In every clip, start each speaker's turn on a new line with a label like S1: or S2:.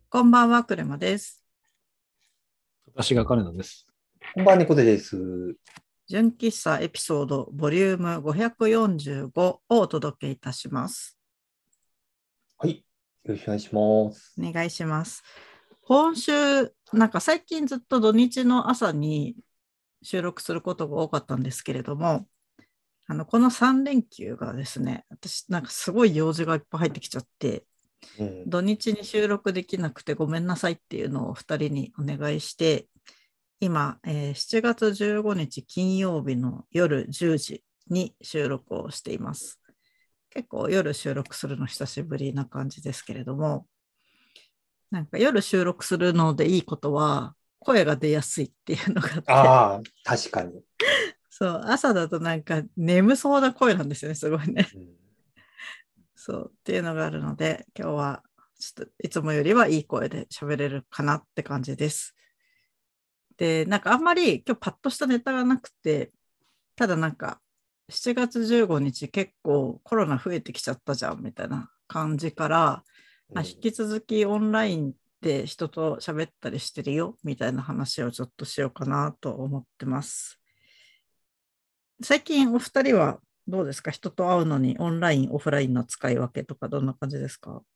S1: こんばんは、クレマです。
S2: 私が金田です。
S3: こんばんは、猫背です。
S1: 純喫茶エピソードボリューム545をお届けいたします。
S3: はい。よろしくお願いします。
S1: お願いします。今週、最近ずっと土日の朝に収録することが多かったんですけれども、この3連休がですね、私すごい用事がいっぱい入ってきちゃって、
S3: うん。
S1: 土日に収録できなくてごめんなさいっていうのを2人にお願いして、今、7月15日金曜日の夜10時に収録をしています。結構夜収録するの久しぶりな感じですけれども、夜収録するのでいいことは声が出やすいっていうのがあって、
S3: ああ、確かに。
S1: そう、朝だと眠そうな声なんですよね、すごいね。
S3: うん。
S1: そうっていうのがあるので、今日はちょっといつもよりはいい声で喋れるかなって感じです。で、あんまり今日パッとしたネタがなくて、ただ7月15日結構コロナ増えてきちゃったじゃんみたいな感じから、
S3: うん。
S1: 引き続きオンラインで人と喋ったりしてるよみたいな話をちょっとしようかなと思ってます。最近お二人はどうですか？人と会うのにオンライン、オフラインの使い分けとかどんな感じですか？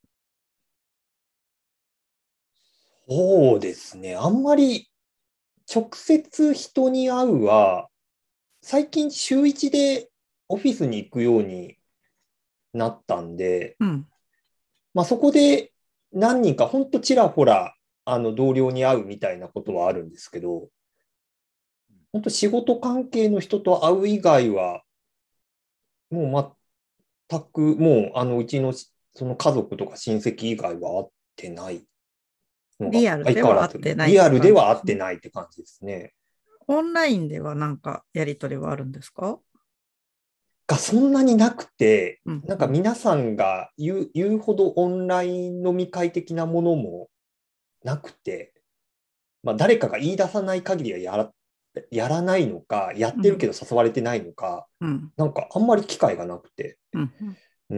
S3: そうですね。あんまり直接人に会うは、最近週一でオフィスに行くようになったんで、
S1: うん。
S3: まあそこで何人かほんとちらほら、同僚に会うみたいなことはあるんですけど、本当仕事関係の人と会う以外は、もう全く、もううちのその家族とか親戚以外は会ってないのが
S1: リアルでは会っ
S3: 相変わらず、
S1: てないって
S3: リアルで
S1: 感じですね。
S3: は会ってないって感じですね。
S1: オンラインではやりとりはあるんですか？
S3: がそんなになくて、なんか
S1: うんうん。
S3: 皆さんが言うほどオンライン飲み会的なものもなくて、まあ、誰かが言い出さない限りはやらないのか、やってるけ
S1: うん
S3: ど誘われてないのか、
S1: うん
S3: なんかあんまり機会がなくて。
S1: うんうん。
S3: うん、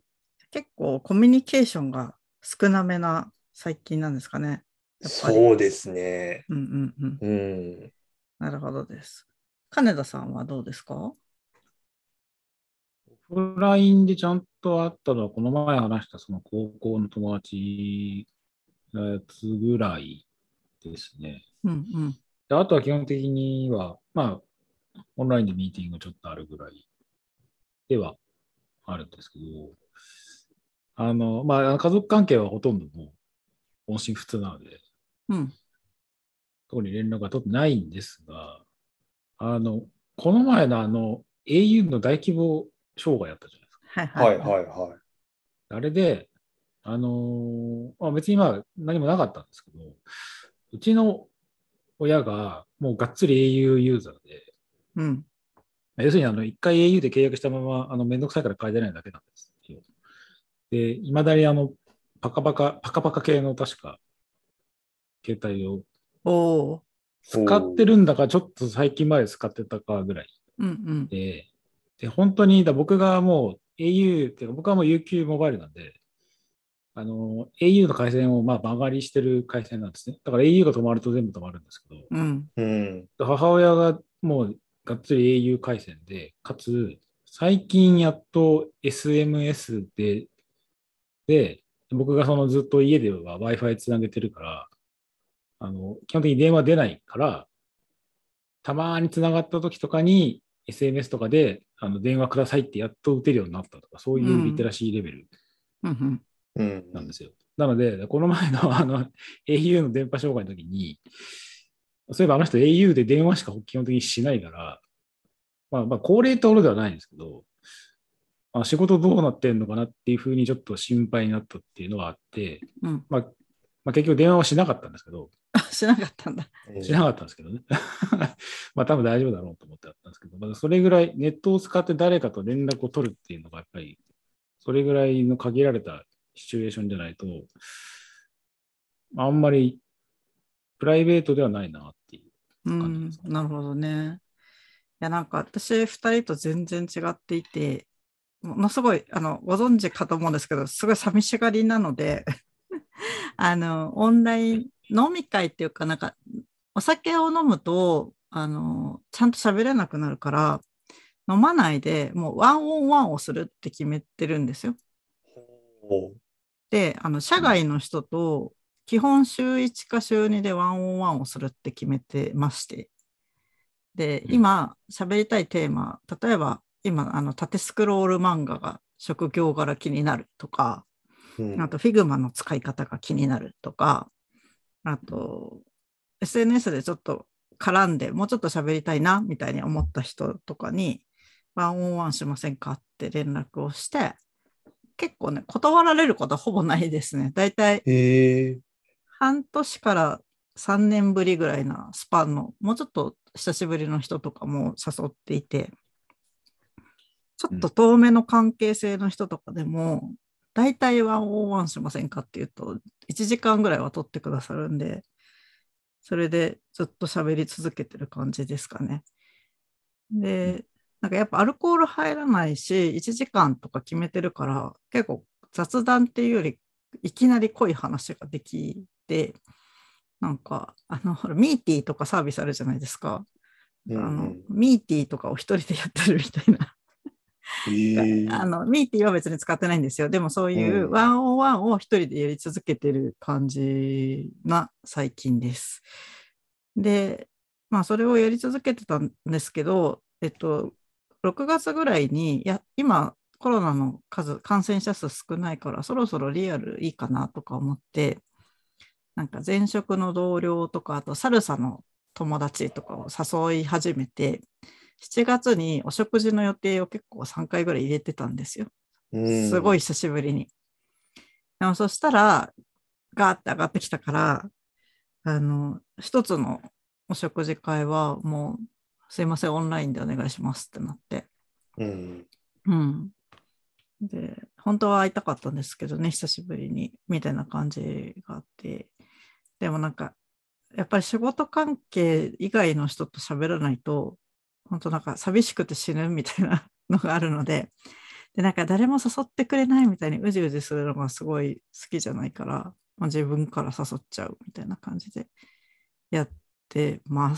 S1: 結構コミュニケーションが少なめな最近なんですかね。やっぱり。
S3: そうですね。
S1: うんうんうん。
S3: うん。
S1: なるほどです。金田さんはどうですか？
S2: オフラインでちゃんと会ったのは、この前話したその高校の友達のやつぐらいですね。
S1: うんうん
S2: で、あとは基本的には、オンラインでミーティングがちょっとあるぐらいではあるんですけど、家族関係はほとんどもう音信不通なので、
S1: うん。
S2: 特に連絡が取ってないんですが、あの、この前のau の大規模障害あったじゃないですか。
S1: はいはい
S3: はい
S1: はい。
S3: はいはい。
S2: あれで、別に何もなかったんですけど、うちの親がもうがっつり au ユーザーで、
S1: うん。
S2: 要するに一回 au で契約したままめんどくさいから変えてないだけなんですよ。で、いまだにパカパカ系の確か携帯を
S1: おお。
S2: 使ってるんだか、ちょっと最近まで使ってたかぐらい
S1: うんうん。
S2: で、本当に僕がもう au っていうか、僕はもう UQ モバイルなんで、au の回線を間借りしてる回線なんですね。だから au が止まると全部止まるんですけど、
S1: うん。
S3: うん。
S2: 母親がもうがっつり au 回線で、かつ、最近やっと SMS で、僕がそのずっと家では Wi-Fi つなげてるから、基本的に電話出ないから、たまにつながった時とかに SMS とかで電話くださいってやっと打てるようになったとか、そういうリテ
S1: うん。
S2: ラシーレベル
S1: うん。
S3: うん。
S2: なんですよ。なので、この前のau の電波障害の時に、そういえばあの人 au で電話しか基本的にしないから、高齢ってことではないんですけど、仕事どうなってんのかなっていうふうにちょっと心配になったっていうのはあって、
S1: うん。
S2: まあ、結局電話はしなかったんですけど、
S1: あ、しなかったんだ。
S2: しなかったんですけどね。多分大丈夫だろうと思ってあったんですけど、それぐらいネットを使って誰かと連絡を取るっていうのがやっぱり、それぐらいの限られたシチュエーションじゃないと、あんまりプライベートではないなっていう
S1: うん。
S2: 感じですかね。
S1: なるほどね。いや、私二人と全然違っていて、ものすごい、ご存知かと思うんですけど、すごい寂しがりなので、 オンライン飲み会っていうか、なんか、お酒を飲むと、ちゃんと喋れなくなるから、飲まないでもうワンオンワンをするって決めてるんですよ。で、社外の人と基本週1か週2でワンオンワンをするって決めてまして。で、今喋りたいテーマ、例えば今、縦スクロール漫画が職業柄気になるとか、あと Figma の使い方が気になるとか、あと SNS でちょっと絡んでもうちょっと喋りたいなみたいに思った人とかにワンオンワンしませんかって連絡をして、結構ね、断られることはほぼないですね。だいたい半年から3年ぶりぐらいなスパンの、もうちょっと久しぶりの人とかも誘っていて、ちょっと遠めの関係性の人とかでも、だいたいワンオンワンしませんかっていうと、1時間ぐらいは取ってくださるんで、それでずっと喋り続けてる感じですかね。で、なんかやっぱアルコール入らないし、1時間とか決めてるから、結構雑談っていうより、いきなり濃い話ができて、なんか、ミーティーとかサービスあるじゃないですか。ミーティーとかを一人でやってるみたいな。ミーティーは別に使ってないんですよ。でもそういうワンオンワンを一人でやり続けてる感じな最近です。で、まあそれをやり続けてたんですけど、6月ぐらいに、今コロナの感染者数少ないからそろそろリアルいいかなとか思って、なんか前職の同僚とか、あとサルサの友達とかを誘い始めて、7月にお食事の予定を結構3回ぐらい入れてたんですよ。すごい久しぶりに。でもそしたら、ガーって上がってきたから、一つのお食事会はもう、すいません、オンラインでお願いしますってなって。で、本当は会いたかったんですけどね、久しぶりに、みたいな感じがあって。でもなんか、やっぱり仕事関係以外の人と喋らないと、本当なんか寂しくて死ぬみたいなのがあるので、なんか誰も誘ってくれないみたいにうじうじするのがすごい好きじゃないから、自分から誘っちゃうみたいな感じでやってます。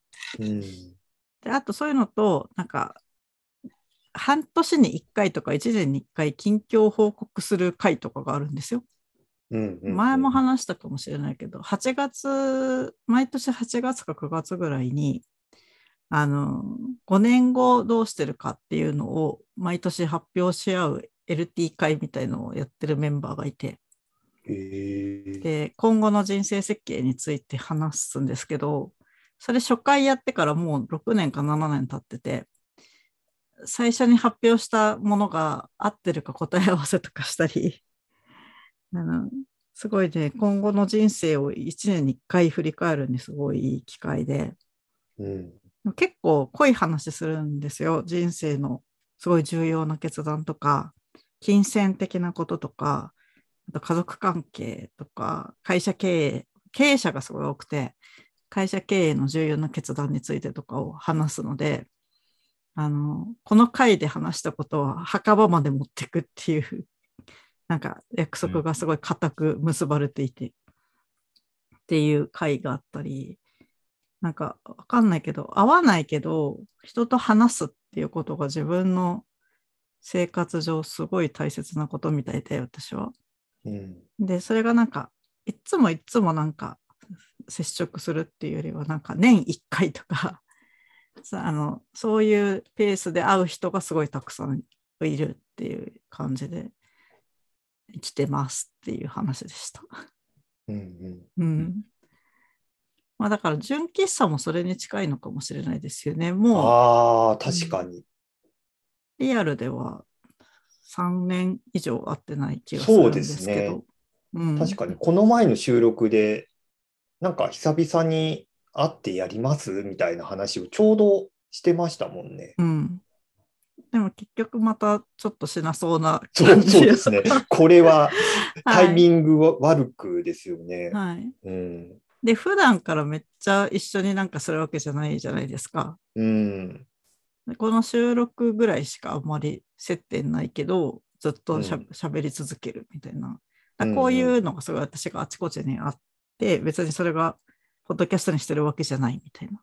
S1: で、あとそういうのと、なんか、半年に1回とか1年に1回近況報告する会とかがあるんですよ。前も話したかもしれないけど、毎年8月か9月ぐらいに、5年後どうしてるかっていうのを毎年発表し合う LT 会みたいのをやってるメンバーがいて、で、今後の人生設計について話すんですけど、それ初回やってからもう6年か7年経ってて、最初に発表したものが合ってるか答え合わせとかしたり、すごいね、今後の人生を1年に1回振り返るにすごいいい機会で、結構濃い話するんですよ。人生のすごい重要な決断とか、金銭的なこととか、あと家族関係とか、会社経営者がすごい多くて、会社経営の重要な決断についてとかを話すので、この回で話したことは墓場まで持っていくっていう、なんか約束がすごい固く結ばれていて、っていう回があったり、なんかわかんないけど、会わないけど、人と話すっていうことが自分の生活上すごい大切なことみたいで、私は。で、それがなんか、いつもなんか接触するっていうよりは、なんか年1回とかそういうペースで会う人がすごいたくさんいるっていう感じで生きてますっていう話でした。まあだから純喫茶もそれに近いのかもしれないですよね。も
S3: う確かに。
S1: リアルでは3年以上会ってない気がするんですけど。
S3: 確かにこの前の収録でなんか久々に会ってやりますみたいな話をちょうどしてましたもんね。
S1: でも結局またちょっとしなそうな感じ。
S3: そうですね。これはタイミング悪くですよね。で、普段からめっちゃ一緒になんかするわけじゃないじゃないですか。この収録ぐらいしかあんまり接点ないけど、ずっとしゃべり続けるみたいな
S1: だからこういうのがすごい私があちこちにあって、別にそれがポッドキャストにしてるわけじゃないみたいな、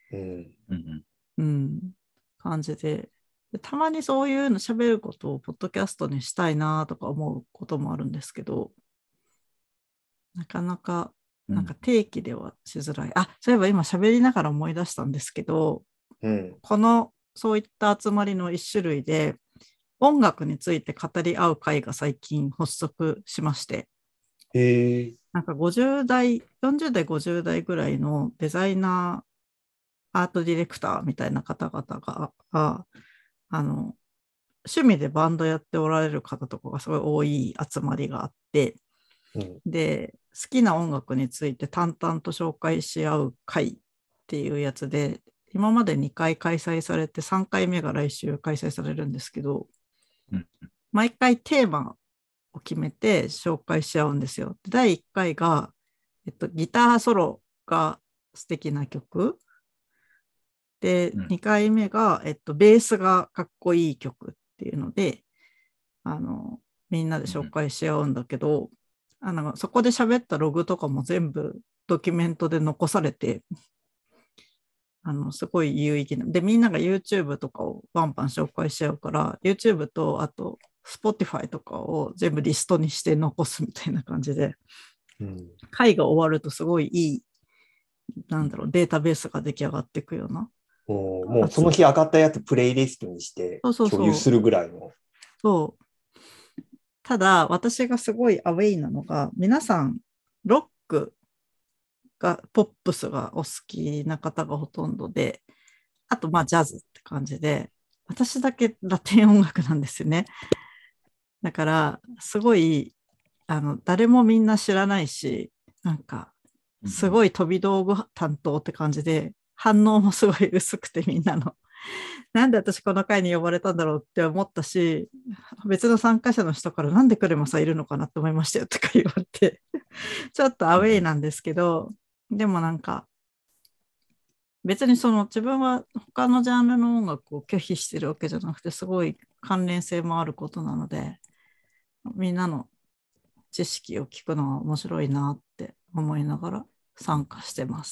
S1: 感じで、たまにそういうの喋ることをポッドキャストにしたいなとか思うこともあるんですけど、なかなかなんか定期ではしづらい。そういえば今喋りながら思い出したんですけど、このそういった集まりの一種類で音楽について語り合う会が最近発足しまして、なんか50代、40代、50代ぐらいのデザイナー、アートディレクターみたいな方々が、趣味でバンドやっておられる方とかがすごい多い集まりがあって、で、好きな音楽について淡々と紹介し合う会っていうやつで、今まで2回開催されて、3回目が来週開催されるんですけど、毎回テーマを決めて紹介し合うんですよ。第1回が、ギターソロが素敵な曲。で、2回目が、ベースがかっこいい曲っていうので、みんなで紹介し合うんだけど、そこで喋ったログとかも全部ドキュメントで残されて、すごい有意義な。で、みんなが YouTube とかをバンバン紹介し合うから、YouTube とあと Spotify とかを全部リストにして残すみたいな感じで、会が終わるとすごいいい、データベースが出来上がっていくような。
S3: もうその日上がったやつプレイリストにして共有するぐらいの。
S1: そうただ、私がすごいアウェイなのが、皆さん、ロックが、ポップスがお好きな方がほとんどで、あと、ジャズって感じで、私だけラテン音楽なんですよね。だから、すごい、誰もみんな知らないし、なんか、すごい飛び道具担当って感じで、反応もすごい薄くてみんなの。なんで私この会に呼ばれたんだろうって思ったし、別の参加者の人からなんでクレマさんいるのかなって思いましたよとか言われて、ちょっとアウェイなんですけど、でもなんか、別にその自分は他のジャンルの音楽を拒否してるわけじゃなくて、すごい関連性もあることなので、みんなの知識を聞くのは面白いなって思いながら参加してます。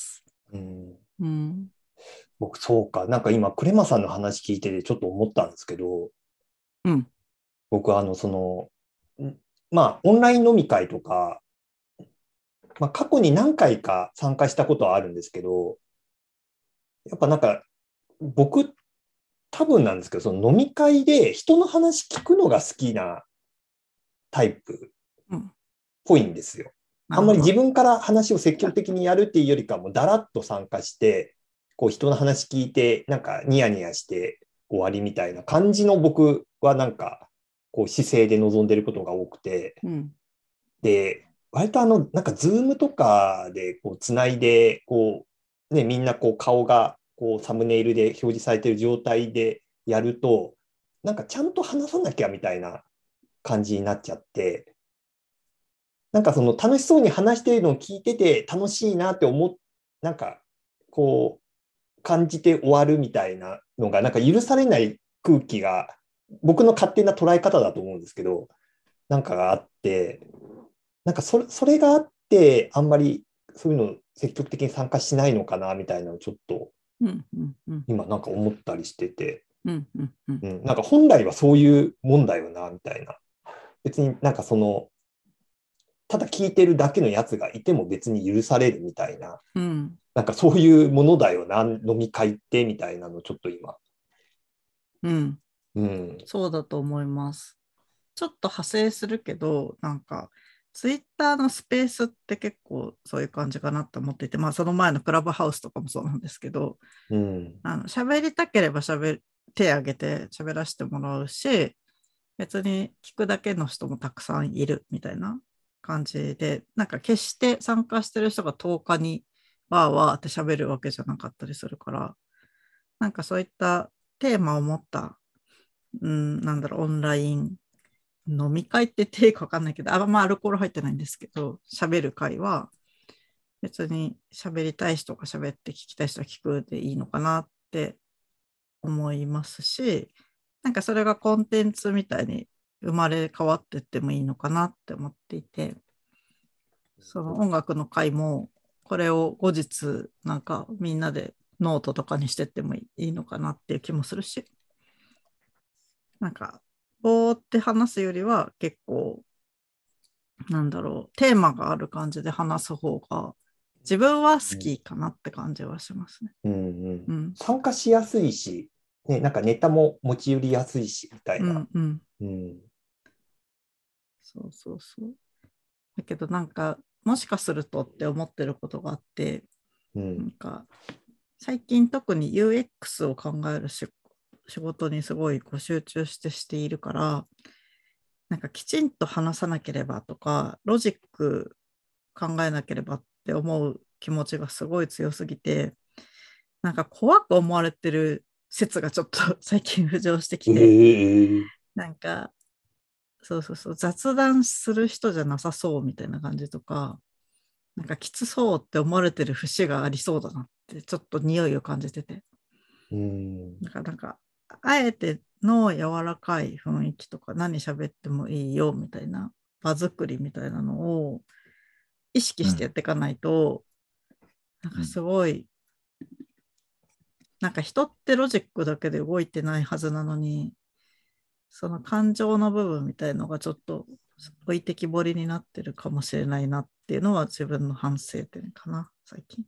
S3: 僕、そうか。なんか今、クレマさんの話聞いててちょっと思ったんですけど、僕、オンライン飲み会とか、過去に何回か参加したことはあるんですけど、やっぱなんか、僕、多分なんですけど、その飲み会で人の話聞くのが好きなタイプっぽいんですよ。あんまり自分から話を積極的にやるっていうよりかも、だらっと参加して、こう人の話聞いて、なんかニヤニヤして終わりみたいな感じの僕はなんか、こう姿勢で臨んでることが多くて、で、割となんかズームとかでこうつないで、こう、ね、みんなこう顔がこうサムネイルで表示されてる状態でやると、なんかちゃんと話さなきゃみたいな感じになっちゃって、なんかその楽しそうに話しているのを聞いてて楽しいなってなんかこう感じて終わるみたいなのがなんか許されない空気が僕の勝手な捉え方だと思うんですけど、なんかがあって、なんかそれがあってあんまりそういうの積極的に参加しないのかなみたいなのをちょっと今なんか思ったりしてて、なんか本来はそういうもんだよなみたいな。別になんかただ聞いてるだけのやつがいても別に許されるみたいな、なんかそういうものだよな、飲み会ってみたいなのちょっと今。
S1: そうだと思います。ちょっと派生するけど、なんか、ツイッターのスペースって結構そういう感じかなと思っていて、その前のクラブハウスとかもそうなんですけど、喋りたければ手挙げて喋らせてもらうし、別に聞くだけの人もたくさんいるみたいな感じで、なんか決して参加してる人が10日にわーわーって喋るわけじゃなかったりするから、なんかそういったテーマを持った、オンライン飲み会って言っていいか分かんないけど、アルコール入ってないんですけど、喋る会は別に喋りたい人が喋って聞きたい人は聞くでいいのかなって思いますし、なんかそれがコンテンツみたいに生まれ変わっていってもいいのかなって思っていて、その音楽の会もこれを後日なんかみんなでノートとかにしてってもいいのかなっていう気もするし、なんかぼーって話すよりは結構なんだろう、テーマがある感じで話す方が自分は好きかなって感じはしますね。
S3: うんうん
S1: うん。
S3: 参加しやすいし、ね、なんかネタも持ち寄りやすいしみたいな。
S1: うん。
S3: うん
S1: そうそうそう。だけどなんかもしかするとって思ってることがあって、なんか最近特に UX を考える仕事にすごいこう集中しているから、なんかきちんと話さなければとか、ロジック考えなければって思う気持ちがすごい強すぎて、なんか怖く思われてる説がちょっと最近浮上してきて、なんか、そうそうそう、雑談する人じゃなさそうみたいな感じとか、なんかきつそうって思われてる節がありそうだなってちょっと匂いを感じてて、なんかあえての柔らかい雰囲気とか何喋ってもいいよみたいな場作りみたいなのを意識してやっていかないと、なんかすごい、なんか人ってロジックだけで動いてないはずなのに、その感情の部分みたいのがちょっと置いてきぼりになってるかもしれないなっていうのは自分の反省点かな、最近。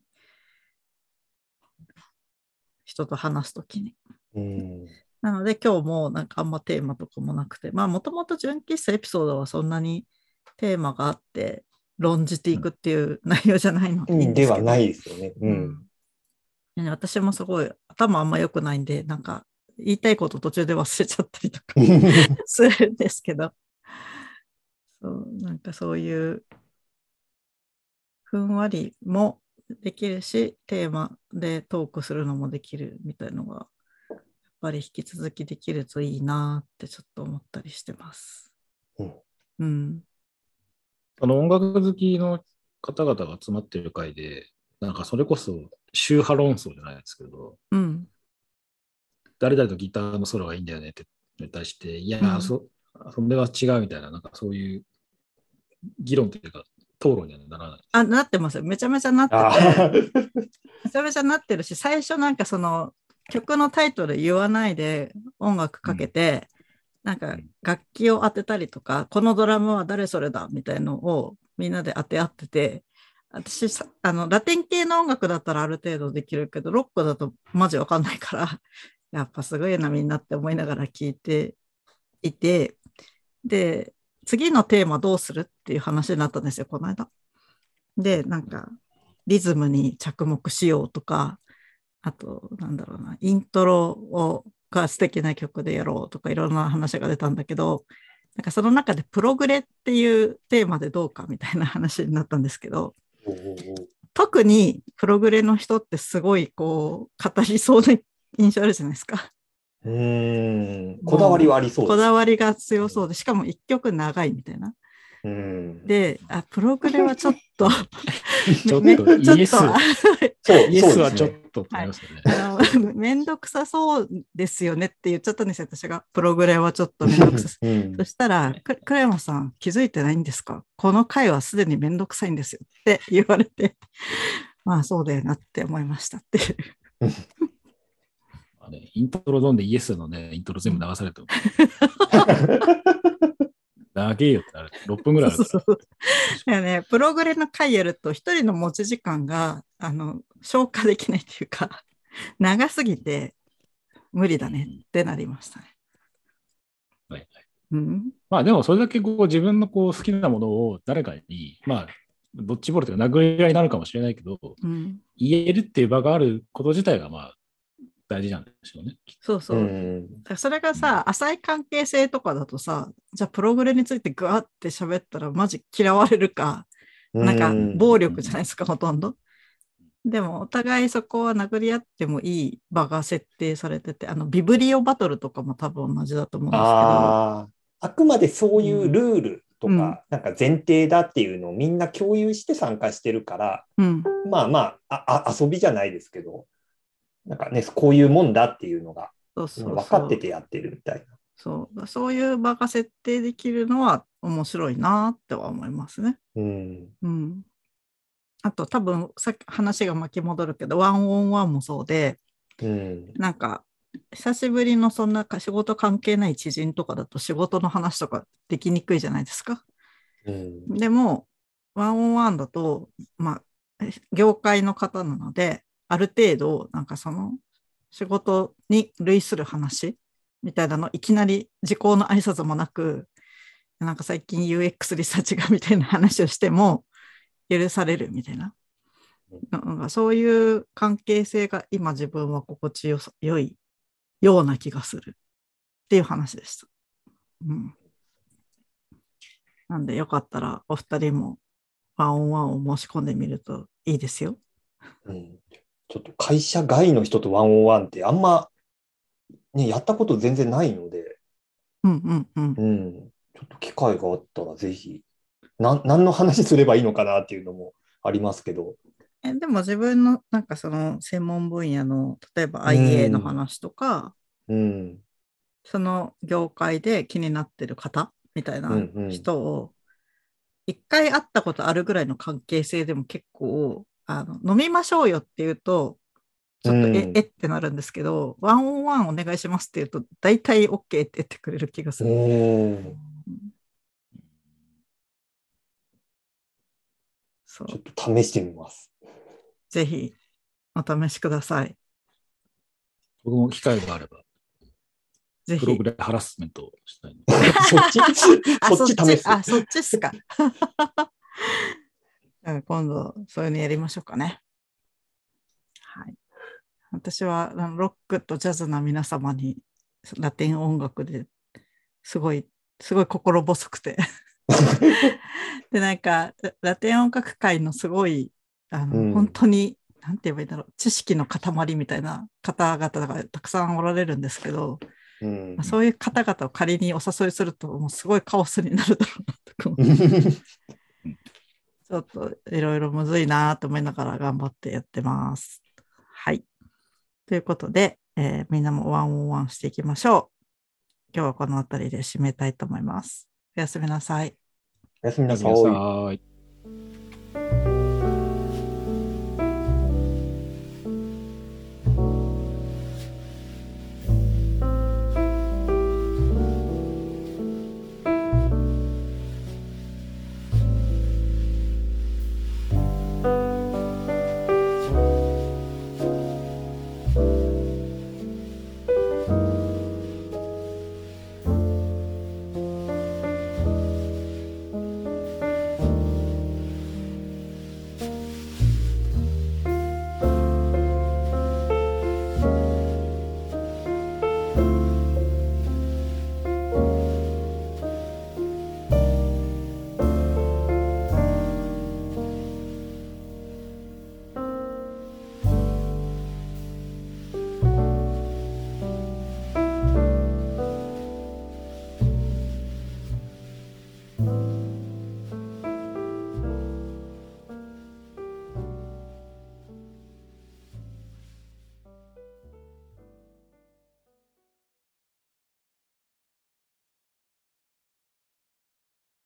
S1: 人と話すときに。なので今日もなんかあんまテーマとかもなくて、まあもともと純喫茶エピソードはそんなにテーマがあって論じていくっていう内容じゃないのでいいんですけど。
S3: ではないですよね。
S1: 私もすごい頭あんま良くないんで、なんか言いたいこと途中で忘れちゃったりとかするんですけど、そうなんかそういうふんわりもできるし、テーマでトークするのもできるみたいのが、やっぱり引き続きできるといいなってちょっと思ったりしてます。うん。
S2: 音楽好きの方々が集まっている会で、なんかそれこそ宗派論争じゃないですけど、誰々とギターのソロがいいんだよねって対して、いや、それは違うみたいな、なんかそういう議論というか、討論にはならない。
S1: あ、なってますよ。めちゃめちゃなってて。めちゃめちゃなってるし、最初なんかその曲のタイトル言わないで音楽かけて、なんか楽器を当てたりとか、このドラムは誰それだみたいのをみんなで当て合ってて、私ラテン系の音楽だったらある程度できるけど、ロックだとマジわかんないから、やっぱすごいなみんなって思いながら聞いていて、で、次のテーマどうするっていう話になったんですよ、この間。で、なんか、リズムに着目しようとか、あと、なんだろうな、イントロが素敵な曲でやろうとか、いろんな話が出たんだけど、なんかその中でプログレっていうテーマでどうかみたいな話になったんですけど、特にプログレの人ってすごいこう語りそうな印象あるじゃないですか。
S3: こだわりはありそうです。
S1: こだわりが強そうで、しかも一曲長いみたいな。で、プログレはちょっと
S2: ちょっとイエスはちょっとってなりますよね。
S1: めんどくさそうですよねって言っちゃったんですよ、私が。プログレはちょっとめんどくさそう。そしたら、クレマさん気づいてないんですか？この回はすでにめんどくさいんですよって言われて、まあそうだよなって思いましたっていう。
S2: イントロドンでイエスのね、イントロ全部流されても。長えよってなる。6分ぐらいあるから。
S1: ね、プログレの回やると一人の持ち時間が消化できないっていうか、長すぎて無理だねってなりましたね。
S2: はいはい。まあでもそれだけこう自分のこう好きなものを誰かに、まあ、ドッジボールというか殴り合いになるかもしれないけど、言えるっていう場があること自体がまあ大事なんでしょうね。
S1: そうそう。それがさ、浅い関係性とかだとさ、じゃあプログレについてグワって喋ったらマジ嫌われるか、なんか暴力じゃないですか、ほとんど。でもお互いそこは殴り合ってもいい場が設定されてて、ビブリオバトルとかも多分同じだと思うんですけど。
S3: あくまでそういうルールとか、なんか前提だっていうのをみんな共有して参加してるから、まあまあ遊びじゃないですけど、なんかね、こういうもんだっていうのが分かっててやってるみたいな。
S1: そういう場が設定できるのは面白いなっては思いますね。あと多分さっき話が巻き戻るけど、ワンオンワンもそうで、なんか久しぶりのそんな仕事関係ない知人とかだと仕事の話とかできにくいじゃないですか。でもワンオンワンだと、業界の方なので、ある程度なんかその仕事に類する話みたいなの、いきなり時効の挨拶もなく、なんか最近 UX リサーチがみたいな話をしても許されるみたいな、なんかそういう関係性が今自分は心地よいような気がするっていう話でした。なんでよかったらお二人もワンオンワンを申し込んでみるといいですよ。
S3: ちょっと会社外の人とワンオンワンってあんま、ね、やったこと全然ないので、ちょっと機会があったらぜひ、何の話すればいいのかなっていうのもありますけど。
S1: でも自分のなんかその専門分野の例えば IA の話とか、その業界で気になってる方みたいな人を一回会ったことあるぐらいの関係性でも結構飲みましょうよっていうとちょっとえってなるんですけど、ワンオンワンお願いしますって言うと大体 OK って言ってくれる気がする。
S3: ちょっと試してみます。
S1: ぜひお試しください。
S2: 僕も機会があれば
S1: ぜひ
S2: プログラムハラスメントをしたい
S3: そっち試す。
S1: そっちっすか。今度そういうのやりましょうかね。はい。私はロックとジャズな皆様にラテン音楽ですごい心細くてでなんかラテン音楽界のすごい本当になんて言えばいいんだろう、知識の塊みたいな方々がたくさんおられるんですけど、そういう方々を仮にお誘いするともうすごいカオスになるだろうなとか思ってちょっといろいろむずいなと思いながら頑張ってやってます。はい。ということで、みんなもワンオンワンしていきましょう。今日はこの辺りで締めたいと思います。おやすみなさい。
S3: おやすみなさい。